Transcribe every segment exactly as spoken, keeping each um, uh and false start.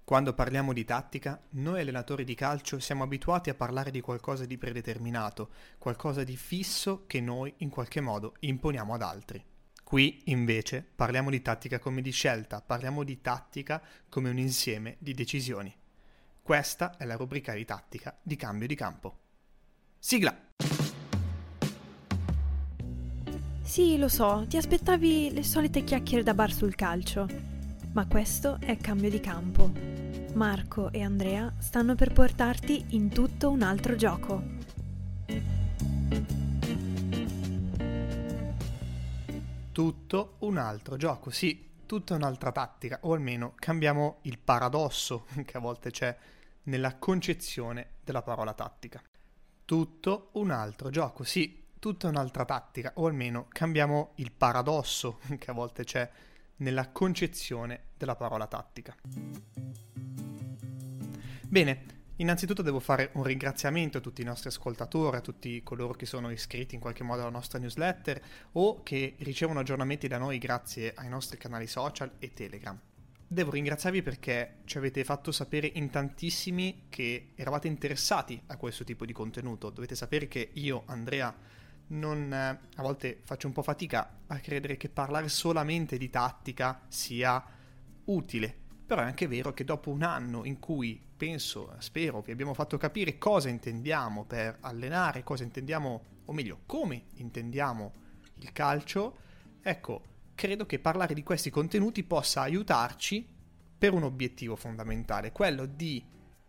Quando parliamo di tattica, noi allenatori di calcio siamo abituati a parlare di qualcosa di predeterminato, qualcosa di fisso che noi in qualche modo imponiamo ad altri. Qui, invece, parliamo di tattica come di scelta, parliamo di tattica come un insieme di decisioni. Questa è la rubrica di tattica di Cambio di Campo. Sigla! Sì, lo so, ti aspettavi le solite chiacchiere da bar sul calcio, ma questo è Cambio di Campo. Marco e Andrea stanno per portarti in tutto un altro gioco. Tutto un altro gioco, sì, tutta un'altra tattica, o almeno cambiamo il paradosso che a volte c'è nella concezione della parola tattica. Tutto un altro gioco, sì, tutta un'altra tattica, o almeno cambiamo il paradosso che a volte c'è nella concezione della parola tattica. Bene, innanzitutto devo fare un ringraziamento a tutti i nostri ascoltatori, a tutti coloro che sono iscritti in qualche modo alla nostra newsletter o che ricevono aggiornamenti da noi grazie ai nostri canali social e Telegram. Devo ringraziarvi perché ci avete fatto sapere in tantissimi che eravate interessati a questo tipo di contenuto. Dovete sapere che io, Andrea, non, a volte faccio un po' fatica a credere che parlare solamente di tattica sia utile, però è anche vero che dopo un anno in cui penso, spero, vi abbiamo fatto capire cosa intendiamo per allenare, cosa intendiamo, o meglio, come intendiamo il calcio, ecco, credo che parlare di questi contenuti possa aiutarci per un obiettivo fondamentale, quello di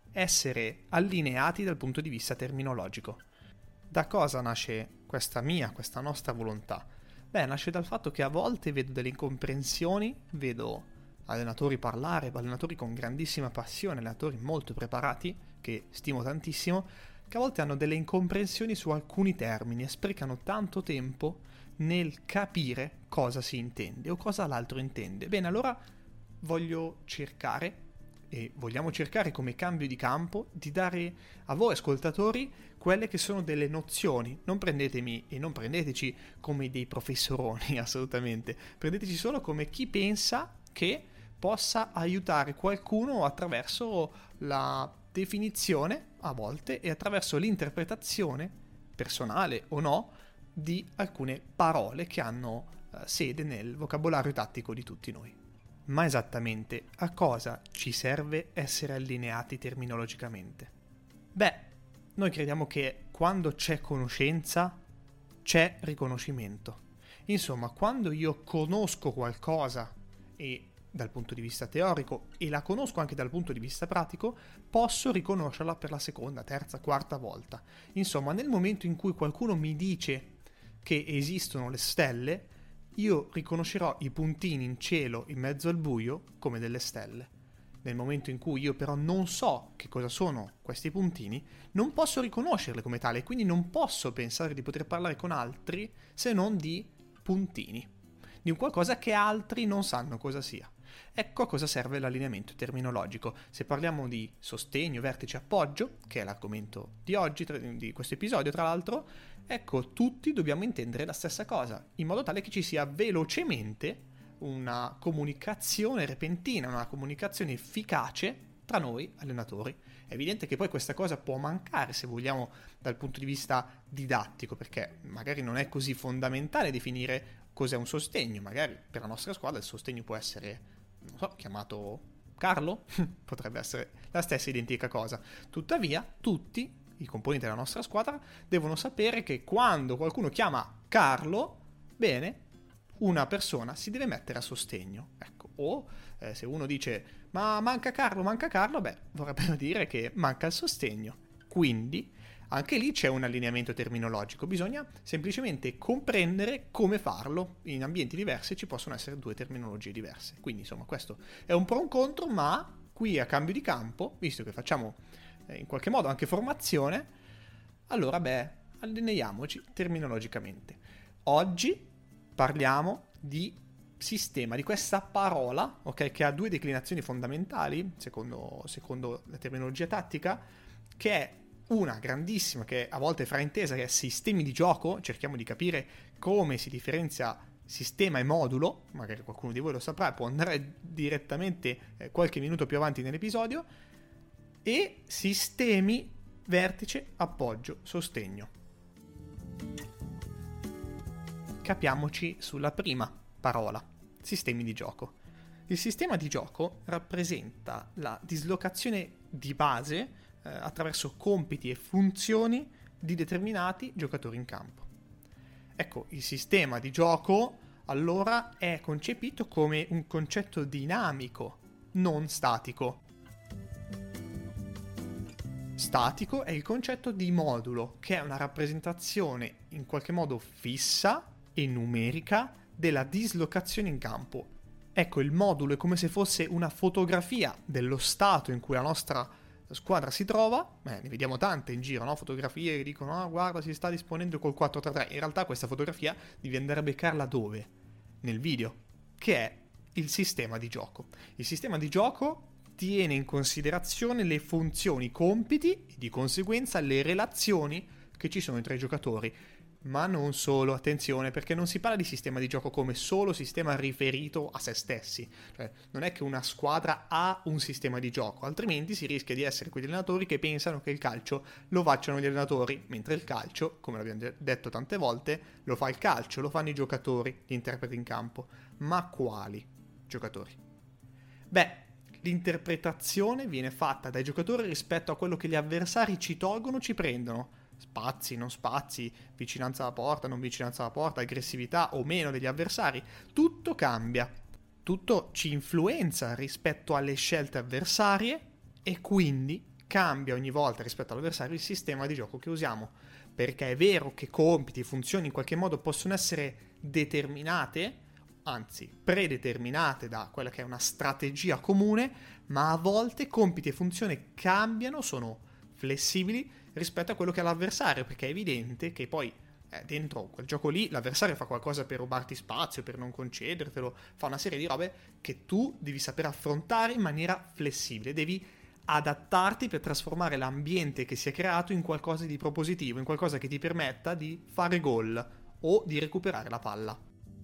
essere allineati dal punto di vista terminologico. Da cosa nasce questa mia, questa nostra volontà? Beh, nasce dal fatto che a volte vedo delle incomprensioni, vedo allenatori parlare, allenatori con grandissima passione, allenatori molto preparati, che stimo tantissimo, che a volte hanno delle incomprensioni su alcuni termini e sprecano tanto tempo nel capire cosa si intende o cosa l'altro intende. Bene, allora voglio cercare, e vogliamo cercare come Cambio di Campo, di dare a voi ascoltatori quelle che sono delle nozioni. Non prendetemi e non prendeteci come dei professoroni, assolutamente. Prendeteci solo come chi pensa che possa aiutare qualcuno attraverso la definizione, a volte, e attraverso l'interpretazione, personale o no, di alcune parole che hanno eh, sede nel vocabolario tattico di tutti noi. Ma esattamente a cosa ci serve essere allineati terminologicamente? Beh, noi crediamo che quando c'è conoscenza, c'è riconoscimento. Insomma, quando io conosco qualcosa e dal punto di vista teorico e la conosco anche dal punto di vista pratico, posso riconoscerla per la seconda, terza, quarta volta. Insomma, nel momento in cui qualcuno mi dice che esistono le stelle, io riconoscerò i puntini in cielo in mezzo al buio come delle stelle. Nel momento in cui io però non so che cosa sono questi puntini, non posso riconoscerle come tale, quindi non posso pensare di poter parlare con altri se non di puntini, di un qualcosa che altri non sanno cosa sia. Ecco a cosa serve l'allineamento terminologico. Se parliamo di sostegno, vertice, appoggio, che è l'argomento di oggi, di questo episodio tra l'altro, ecco, tutti dobbiamo intendere la stessa cosa, in modo tale che ci sia velocemente una comunicazione repentina, una comunicazione efficace tra noi allenatori. È evidente che poi questa cosa può mancare se vogliamo dal punto di vista didattico, perché magari non è così fondamentale definire cos'è un sostegno. Magari per la nostra squadra il sostegno può essere, non so, chiamato Carlo, potrebbe essere la stessa identica cosa. Tuttavia, tutti i componenti della nostra squadra devono sapere che quando qualcuno chiama Carlo, bene, una persona si deve mettere a sostegno. Ecco, o eh, se uno dice ma manca Carlo, manca Carlo, beh, vorrebbe dire che manca il sostegno. Quindi anche lì c'è un allineamento terminologico, bisogna semplicemente comprendere come farlo. In ambienti diversi ci possono essere due terminologie diverse. Quindi insomma questo è un pro e un contro, ma qui a Cambio di Campo, visto che facciamo eh, in qualche modo anche formazione, allora beh, allineiamoci terminologicamente. Oggi parliamo di sistema, di questa parola, ok, che ha due declinazioni fondamentali, secondo, secondo la terminologia tattica, che è una grandissima, che a volte è fraintesa, che è sistemi di gioco. Cerchiamo di capire come si differenzia sistema e modulo, magari qualcuno di voi lo saprà, può andare direttamente eh, qualche minuto più avanti nell'episodio, e sistemi, vertice, appoggio, sostegno. Capiamoci sulla prima parola, sistemi di gioco. Il sistema di gioco rappresenta la dislocazione di base eh, attraverso compiti e funzioni di determinati giocatori in campo. Ecco, il sistema di gioco allora è concepito come un concetto dinamico, non statico. Statico è il concetto di modulo, che è una rappresentazione in qualche modo fissa e numerica della dislocazione in campo. Ecco, il modulo è come se fosse una fotografia dello stato in cui la nostra squadra si trova. Beh, ne vediamo tante in giro, no? Fotografie che dicono ah, guarda, si sta disponendo col quattro tre tre. In realtà questa fotografia devi andare a beccarla dove? Nel video, che è il sistema di gioco. Il sistema di gioco tiene in considerazione le funzioni, i compiti e di conseguenza le relazioni che ci sono tra i giocatori. Ma non solo, attenzione, perché non si parla di sistema di gioco come solo sistema riferito a se stessi. Cioè, non è che una squadra ha un sistema di gioco, altrimenti si rischia di essere quegli allenatori che pensano che il calcio lo facciano gli allenatori, mentre il calcio, come l'abbiamo detto tante volte, lo fa il calcio, lo fanno i giocatori, gli interpreti in campo. Ma quali giocatori? Beh, l'interpretazione viene fatta dai giocatori rispetto a quello che gli avversari ci tolgono o ci prendono. Spazi, non spazi, vicinanza alla porta, non vicinanza alla porta, aggressività o meno degli avversari, tutto cambia, tutto ci influenza rispetto alle scelte avversarie e quindi cambia ogni volta rispetto all'avversario il sistema di gioco che usiamo, perché è vero che compiti e funzioni in qualche modo possono essere determinate, anzi predeterminate da quella che è una strategia comune, ma a volte compiti e funzioni cambiano, sono flessibili rispetto a quello che ha l'avversario, perché è evidente che poi eh, dentro quel gioco lì l'avversario fa qualcosa per rubarti spazio, per non concedertelo, fa una serie di robe che tu devi saper affrontare in maniera flessibile, devi adattarti per trasformare l'ambiente che si è creato in qualcosa di propositivo, in qualcosa che ti permetta di fare gol o di recuperare la palla.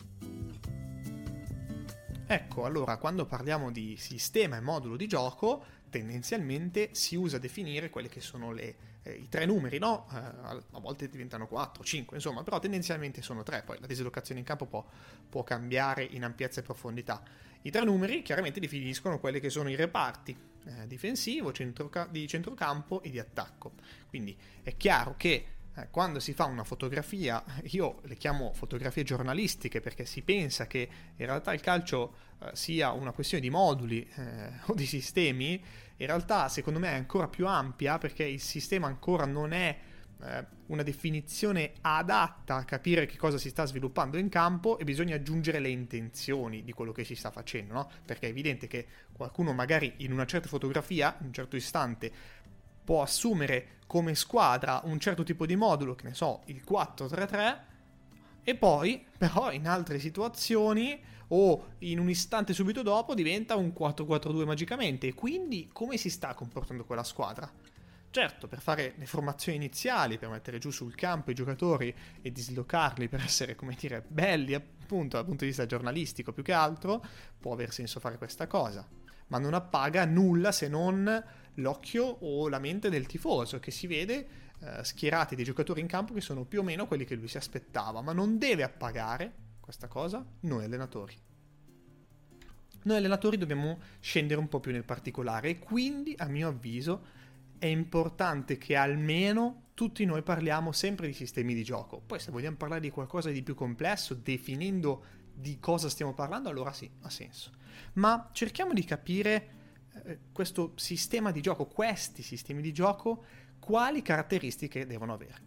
Ecco, allora quando parliamo di sistema e modulo di gioco, tendenzialmente si usa a definire quelle che sono le, eh, i tre numeri, no? Eh, a volte diventano quattro, cinque, insomma, però tendenzialmente sono tre, poi la dislocazione in campo può, può cambiare in ampiezza e profondità. I tre numeri chiaramente definiscono quelli che sono i reparti eh, difensivo, centroca- di centrocampo e di attacco. Quindi è chiaro che eh, quando si fa una fotografia, io le chiamo fotografie giornalistiche perché si pensa che in realtà il calcio eh, sia una questione di moduli eh, o di sistemi, in realtà secondo me è ancora più ampia perché il sistema ancora non è eh, una definizione adatta a capire che cosa si sta sviluppando in campo e bisogna aggiungere le intenzioni di quello che si sta facendo, no? Perché è evidente che qualcuno magari in una certa fotografia, in un certo istante, può assumere come squadra un certo tipo di modulo, che ne so, il quattro tre tre, e poi però in altre situazioni o in un istante subito dopo diventa un quattro quattro due magicamente. E quindi come si sta comportando quella squadra? Certo, per fare le formazioni iniziali, per mettere giù sul campo i giocatori e dislocarli per essere, come dire, belli appunto dal punto di vista giornalistico più che altro, può aver senso fare questa cosa, ma non appaga nulla se non l'occhio o la mente del tifoso, che si vede eh, schierati dei giocatori in campo che sono più o meno quelli che lui si aspettava, ma non deve appagare questa cosa noi allenatori. Noi allenatori dobbiamo scendere un po' più nel particolare e quindi, a mio avviso, è importante che almeno tutti noi parliamo sempre di sistemi di gioco. Poi se vogliamo parlare di qualcosa di più complesso, definendo di cosa stiamo parlando, allora sì, ha senso. Ma cerchiamo di capire eh, questo sistema di gioco, questi sistemi di gioco, quali caratteristiche devono avere.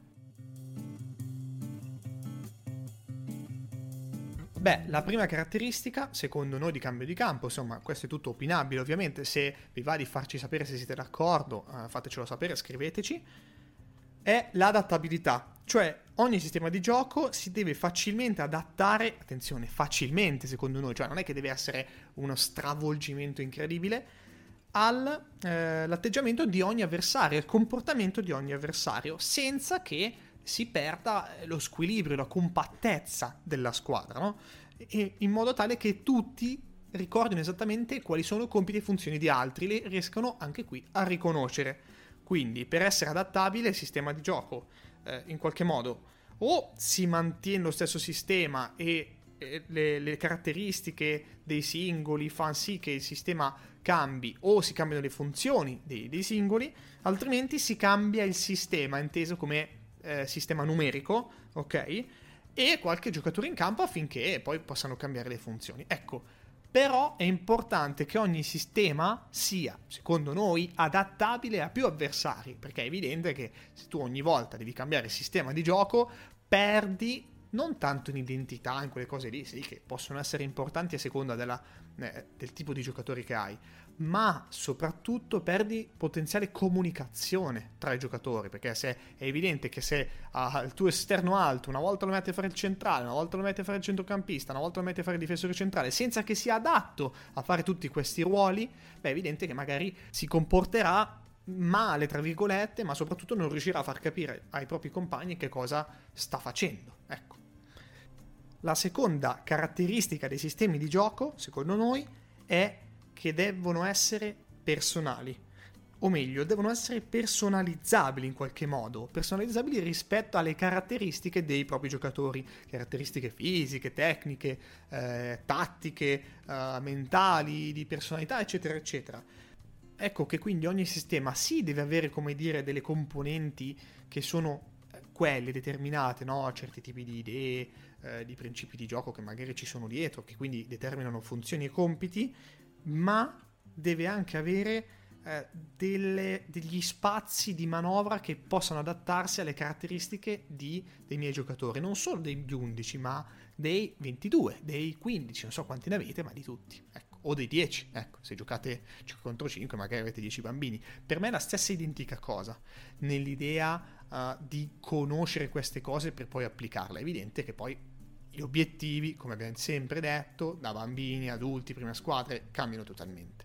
Beh, la prima caratteristica, secondo noi di cambio di campo, insomma, questo è tutto opinabile ovviamente, se vi va di farci sapere se siete d'accordo, eh, fatecelo sapere, scriveteci, è l'adattabilità. Cioè, ogni sistema di gioco si deve facilmente adattare, attenzione, facilmente secondo noi, cioè non è che deve essere uno stravolgimento incredibile, all'atteggiamento eh, di ogni avversario, al comportamento di ogni avversario, senza che si perda lo squilibrio, la compattezza della squadra, no? e in modo tale che tutti ricordino esattamente quali sono i compiti e funzioni di altri, li riescano anche qui a riconoscere. Quindi per essere adattabile il sistema di gioco eh, in qualche modo o si mantiene lo stesso sistema e eh, le, le caratteristiche dei singoli fanno sì che il sistema cambi, o si cambiano le funzioni dei, dei singoli, altrimenti si cambia il sistema inteso come eh, sistema numerico, ok? E qualche giocatore in campo affinché poi possano cambiare le funzioni. Ecco, però è importante che ogni sistema sia, secondo noi, adattabile a più avversari, perché è evidente che se tu ogni volta devi cambiare il sistema di gioco, perdi non tanto in identità, in quelle cose lì, sì, che possono essere importanti a seconda della, eh, del tipo di giocatori che hai, ma soprattutto perdi potenziale comunicazione tra i giocatori, perché se è evidente che se uh, il tuo esterno alto una volta lo metti a fare il centrale, una volta lo metti a fare il centrocampista, una volta lo metti a fare il difensore centrale, senza che sia adatto a fare tutti questi ruoli, beh, è evidente che magari si comporterà male, tra virgolette, ma soprattutto non riuscirà a far capire ai propri compagni che cosa sta facendo. Ecco. La seconda caratteristica dei sistemi di gioco, secondo noi, è che devono essere personali, o meglio, devono essere personalizzabili in qualche modo, personalizzabili rispetto alle caratteristiche dei propri giocatori, caratteristiche fisiche, tecniche, eh, tattiche, eh, mentali, di personalità, eccetera, eccetera. Ecco che quindi ogni sistema sì deve avere, come dire, delle componenti che sono quelle determinate, no? Certi tipi di idee, eh, di principi di gioco che magari ci sono dietro, che quindi determinano funzioni e compiti, ma deve anche avere eh, delle, degli spazi di manovra che possano adattarsi alle caratteristiche di, dei miei giocatori, non solo degli undici, ma dei ventidue, dei quindici, non so quanti ne avete, ma di tutti, ecco, o dei dieci, ecco, se giocate cinque contro cinque magari avete dieci bambini. Per me è la stessa identica cosa, nell'idea uh, di conoscere queste cose per poi applicarle. È evidente che poi gli obiettivi, come abbiamo sempre detto, da bambini, adulti, prime squadre, cambiano totalmente.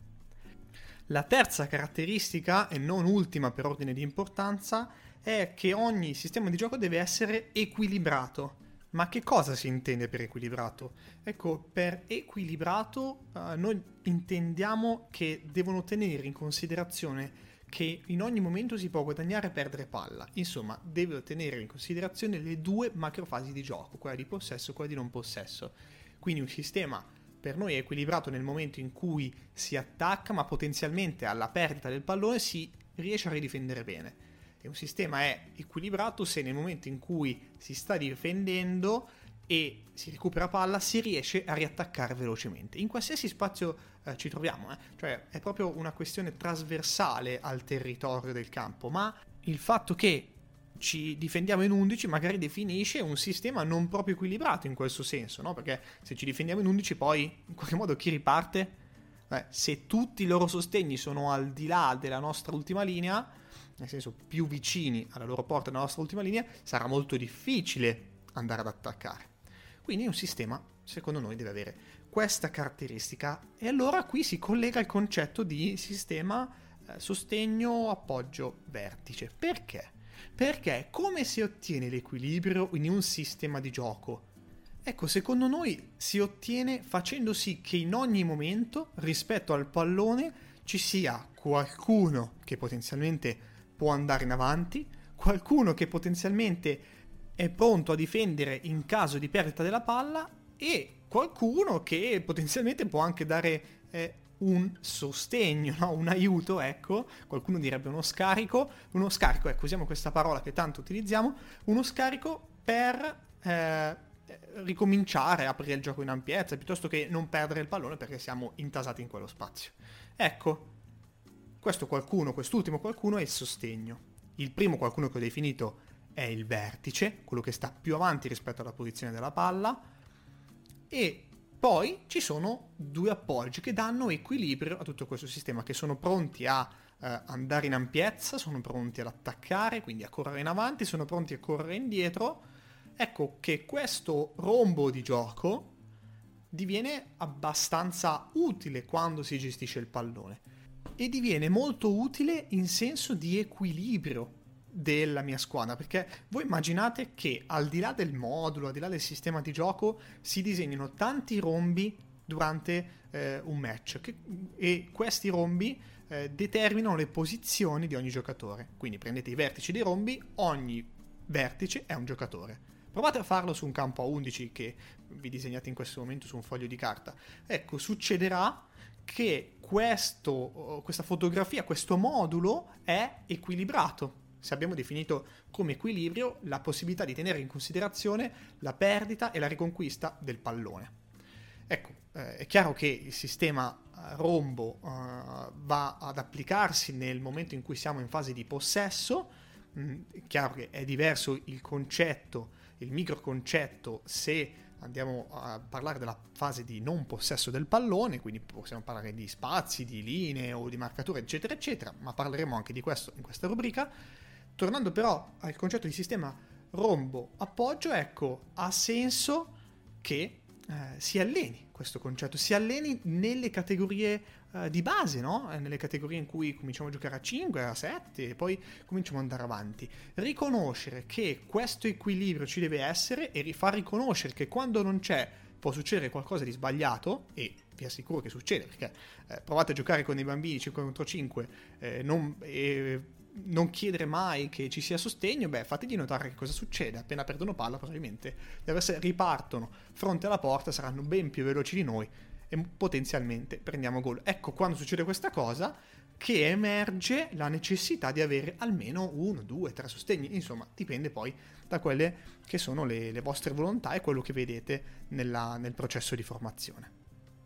La terza caratteristica, e non ultima per ordine di importanza, è che ogni sistema di gioco deve essere equilibrato. Ma che cosa si intende per equilibrato? Ecco, per equilibrato uh, noi intendiamo che devono tenere in considerazione che in ogni momento si può guadagnare e perdere palla. Insomma, deve tenere in considerazione le due macrofasi di gioco, quella di possesso e quella di non possesso. Quindi un sistema per noi è equilibrato nel momento in cui si attacca, ma potenzialmente alla perdita del pallone si riesce a ridifendere bene. E un sistema è equilibrato se nel momento in cui si sta difendendo e si recupera palla si riesce a riattaccare velocemente. In qualsiasi spazio eh, ci troviamo, eh? Cioè è proprio una questione trasversale al territorio del campo, ma il fatto che ci difendiamo in undici magari definisce un sistema non proprio equilibrato in questo senso, no? Perché se ci difendiamo in undici poi in qualche modo chi riparte? Eh, se tutti i loro sostegni sono al di là della nostra ultima linea, nel senso più vicini alla loro porta della nostra ultima linea, sarà molto difficile andare ad attaccare. Quindi un sistema, secondo noi, deve avere questa caratteristica, e allora qui si collega il concetto di sistema eh, sostegno, appoggio, vertice. Perché? Perché come si ottiene l'equilibrio in un sistema di gioco? Ecco, secondo noi si ottiene facendo sì che in ogni momento, rispetto al pallone, ci sia qualcuno che potenzialmente può andare in avanti, qualcuno che potenzialmente è pronto a difendere in caso di perdita della palla e qualcuno che potenzialmente può anche dare eh, un sostegno, no? Un aiuto, ecco, qualcuno direbbe uno scarico, uno scarico, ecco, usiamo questa parola che tanto utilizziamo, uno scarico per eh, ricominciare, aprire il gioco in ampiezza, piuttosto che non perdere il pallone perché siamo intasati in quello spazio. Ecco, questo qualcuno, quest'ultimo qualcuno è il sostegno. Il primo qualcuno che ho definito è il vertice, quello che sta più avanti rispetto alla posizione della palla, e poi ci sono due appoggi che danno equilibrio a tutto questo sistema, che sono pronti a eh, andare in ampiezza, sono pronti ad attaccare, quindi a correre in avanti, sono pronti a correre indietro. Ecco che questo rombo di gioco diviene abbastanza utile quando si gestisce il pallone e diviene molto utile in senso di equilibrio della mia squadra, perché voi immaginate che al di là del modulo, al di là del sistema di gioco, si disegnino tanti rombi durante eh, un match che, e questi rombi eh, determinano le posizioni di ogni giocatore. Quindi prendete i vertici dei rombi, ogni vertice è un giocatore. Provate a farlo su un campo a undici che vi disegnate in questo momento su un foglio di carta. Ecco, succederà che questo, questa fotografia, questo modulo è equilibrato. Se abbiamo definito come equilibrio la possibilità di tenere in considerazione la perdita e la riconquista del pallone. Ecco, eh, è chiaro che il sistema eh, rombo eh, va ad applicarsi nel momento in cui siamo in fase di possesso. Mm, è chiaro che è diverso il concetto, il microconcetto, se andiamo a parlare della fase di non possesso del pallone, quindi possiamo parlare di spazi, di linee o di marcature, eccetera, eccetera, ma parleremo anche di questo in questa rubrica. Tornando però al concetto di sistema rombo appoggio, ecco, ha senso che eh, si alleni questo concetto, si alleni nelle categorie eh, di base, no? Nelle categorie in cui cominciamo a giocare a cinque, a sette e poi cominciamo ad andare avanti. Riconoscere che questo equilibrio ci deve essere e far riconoscere che quando non c'è può succedere qualcosa di sbagliato, e vi assicuro che succede, perché eh, provate a giocare con dei bambini cinque contro cinque eh, non, eh, non chiedere mai che ci sia sostegno, beh, fategli notare che cosa succede. Appena perdono palla probabilmente deve essere, ripartono fronte alla porta, saranno ben più veloci di noi e potenzialmente prendiamo gol. Ecco, quando succede questa cosa che emerge la necessità di avere almeno uno, due, tre sostegni, insomma dipende poi da quelle che sono le, le vostre volontà e quello che vedete nella, nel processo di formazione.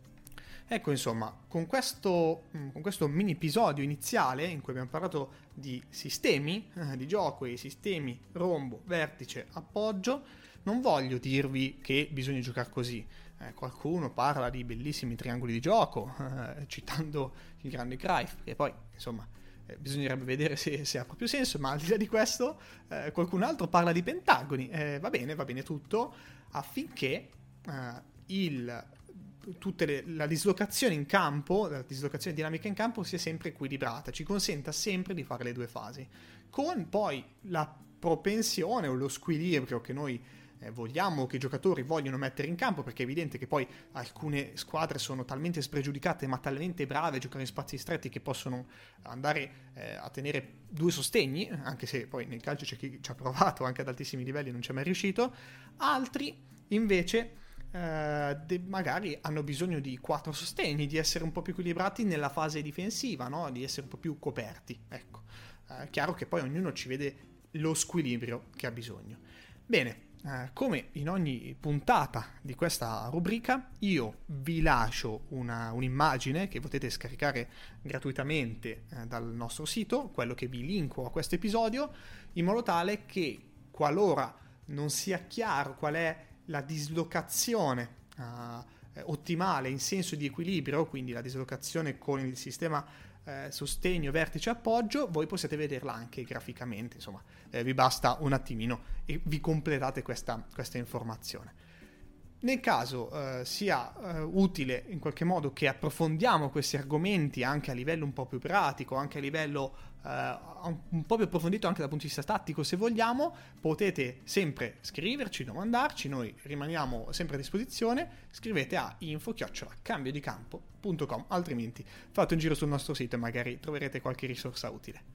Ecco, insomma, con questo, con questo mini episodio iniziale in cui abbiamo parlato di sistemi eh, di gioco e sistemi rombo, vertice, appoggio, non voglio dirvi che bisogna giocare così. Eh, qualcuno parla di bellissimi triangoli di gioco, eh, citando il grande Cruyff, che poi, insomma, eh, bisognerebbe vedere se, se ha proprio senso, ma al di là di questo, eh, qualcun altro parla di pentagoni. Eh, va bene, va bene tutto, affinché eh, il... tutte le, la dislocazione in campo, la dislocazione dinamica in campo sia sempre equilibrata, ci consenta sempre di fare le due fasi, con poi la propensione o lo squilibrio che noi eh, vogliamo, che i giocatori vogliono mettere in campo, perché è evidente che poi alcune squadre sono talmente spregiudicate ma talmente brave a giocare in spazi stretti che possono andare eh, a tenere due sostegni, anche se poi nel calcio c'è chi ci ha provato anche ad altissimi livelli e non ci è mai riuscito. Altri invece Uh, de- magari hanno bisogno di quattro sostegni, di essere un po' più equilibrati nella fase difensiva, no? Di essere un po' più coperti. Ecco, uh, chiaro che poi ognuno ci vede lo squilibrio che ha bisogno. Bene, uh, come in ogni puntata di questa rubrica, io vi lascio una, un'immagine che potete scaricare gratuitamente uh, dal nostro sito, quello che vi linko a questo episodio, in modo tale che qualora non sia chiaro qual è la dislocazione uh, ottimale in senso di equilibrio, quindi la dislocazione con il sistema eh, sostegno, vertice, appoggio, voi possiate vederla anche graficamente, insomma eh, vi basta un attimino e vi completate questa, questa informazione. Nel caso eh, sia eh, utile in qualche modo che approfondiamo questi argomenti anche a livello un po' più pratico, anche a livello eh, un po' più approfondito anche dal punto di vista tattico, se vogliamo, potete sempre scriverci, domandarci, noi rimaniamo sempre a disposizione. Scrivete a info chiocciola cambio di campo punto com, altrimenti fate un giro sul nostro sito e magari troverete qualche risorsa utile.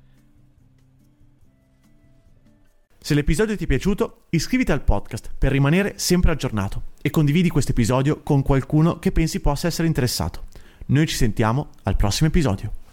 Se l'episodio ti è piaciuto, iscriviti al podcast per rimanere sempre aggiornato e condividi questo episodio con qualcuno che pensi possa essere interessato. Noi ci sentiamo al prossimo episodio.